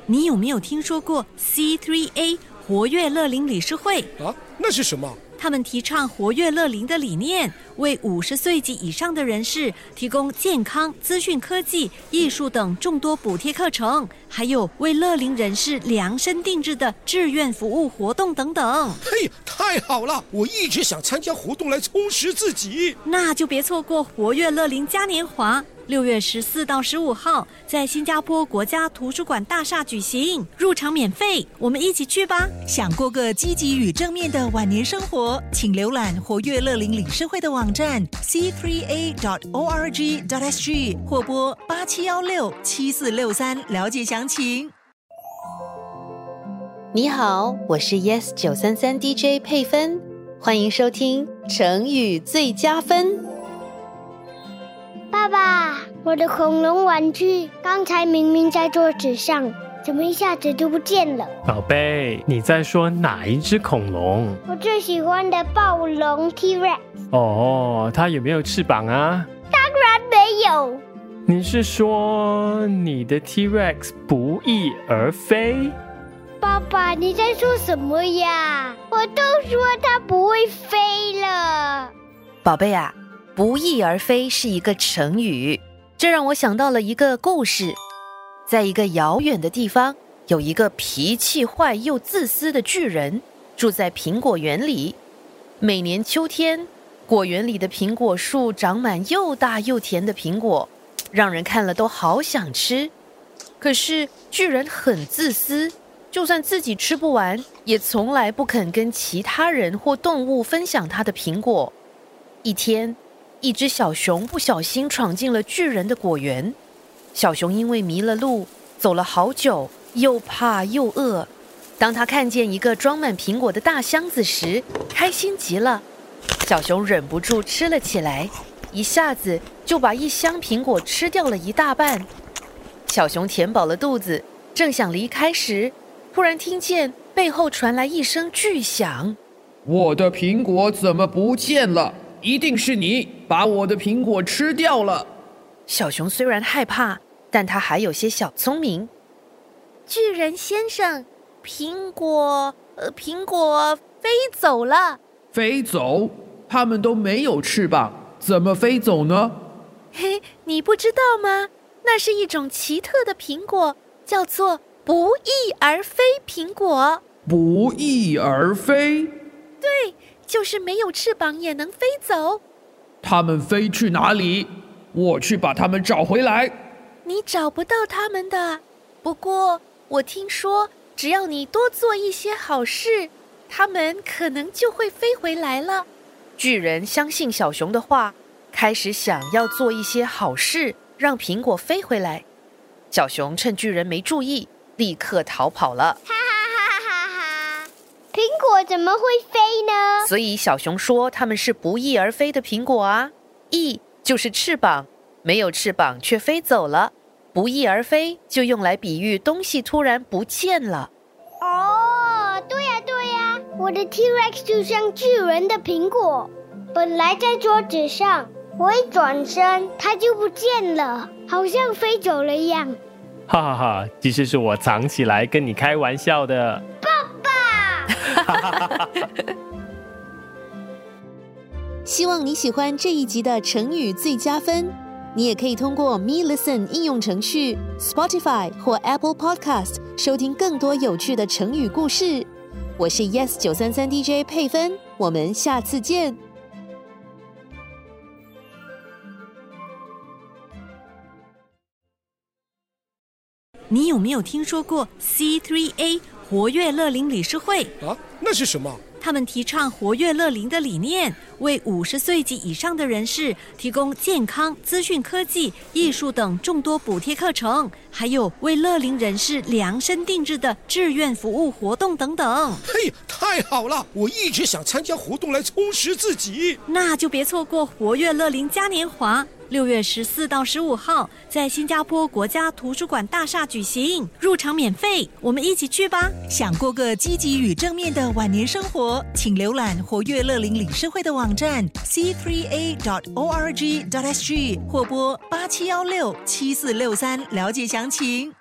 你有没有听说过 C3A 活跃乐龄理事会啊？那是什么？ 他们提倡活跃乐龄的理念，为50岁及以上的人士提供健康、资讯科技、艺术等众多补贴课程，还有为乐龄人士量身定制的志愿服务活动等等。 嘿，太好了！我一直想参加活动来充实自己。 那就别错过活跃乐龄嘉年华，6月14到15号在新加坡国家图书馆大厦举行，入场免费，我们一起去吧。 想过个积极与正面的晚年生活，请浏览活跃乐龄理事会的网站 c3a.org.sg 或拨87167463了解详情。 你好，我是 Yes 933 DJ 佩芬，欢迎收听成语最佳分。 爸爸，我的恐龙玩具刚才明明在桌子上，怎么一下子就不见了？ 宝贝，你在说哪一只恐龙？ 我最喜欢的暴龙 T-Rex。 哦，它有没有翅膀啊？ 当然没有。 你是说你的 T-Rex 不翼而飞？ 爸爸，你在说什么呀？我都说它不会飞了。 宝贝啊，不翼而飞是一个成语，这让我想到了一个故事。在一个遥远的地方，有一个脾气坏又自私的巨人，住在苹果园里。每年秋天，果园里的苹果树长满又大又甜的苹果，让人看了都好想吃。可是巨人很自私，就算自己吃不完，也从来不肯跟其他人或动物分享他的苹果。一天，一只小熊不小心闯进了巨人的果园。小熊因为迷了路，走了好久，又怕又饿。当他看见一个装满苹果的大箱子时，开心极了。小熊忍不住吃了起来，一下子就把一箱苹果吃掉了一大半。小熊填饱了肚子，正想离开时，突然听见背后传来一声巨响： 我的苹果怎么不见了？一定是你把我的苹果吃掉了。 小熊虽然害怕，但他还有些小聪明。巨人先生，苹果飞走了。 飞走？它们都没有翅膀，怎么飞走呢？ 嘿，你不知道吗？那是一种奇特的苹果，叫做不翼而飞苹果。 不翼而飞？ 对，就是没有翅膀也能飞走。 它们飞去哪里？我去把它们找回来。 你找不到它们的，不过我听说只要你多做一些好事，它们可能就会飞回来了。巨人相信小熊的话，开始想要做一些好事，让苹果飞回来。小熊趁巨人没注意，立刻逃跑了。 哈哈哈哈哈！苹果怎么会飞呢？ 所以小熊说它们是不翼而飞的苹果啊。翼就是翅膀，没有翅膀却飞走了。不翼而飞就用来比喻东西突然不见了。 哦，对呀，我的 T-Rex 就像巨人的苹果，本来在桌子上，我一转身它就不见了，好像飞走了一样。 哈哈哈，其实是我藏起来跟你开玩笑的。 爸爸希望你喜欢这一集的成语最佳分。你也可以通过 Me Listen 应用程序、Spotify 或 Apple Podcast 收听更多有趣的成语故事。我是 Yes 933 DJ 佩芬，我们下次见。 你有没有听说过 C3A 活跃乐龄理事会啊？那是什么？ 他们提倡活跃乐龄的理念，为50岁及以上的人士提供健康、资讯科技、艺术等众多补贴课程，还有为乐龄人士量身定制的志愿服务活动等等。 嘿，太好了！我一直想参加活动来充实自己。 那就别错过活跃乐龄嘉年华，6月14到15号在新加坡国家图书馆大厦举行，入场免费，我们一起去吧。 想过个积极与正面的晚年生活，请浏览活跃乐龄理事会的网站 c3a.org.sg 或拨87167463了解详情。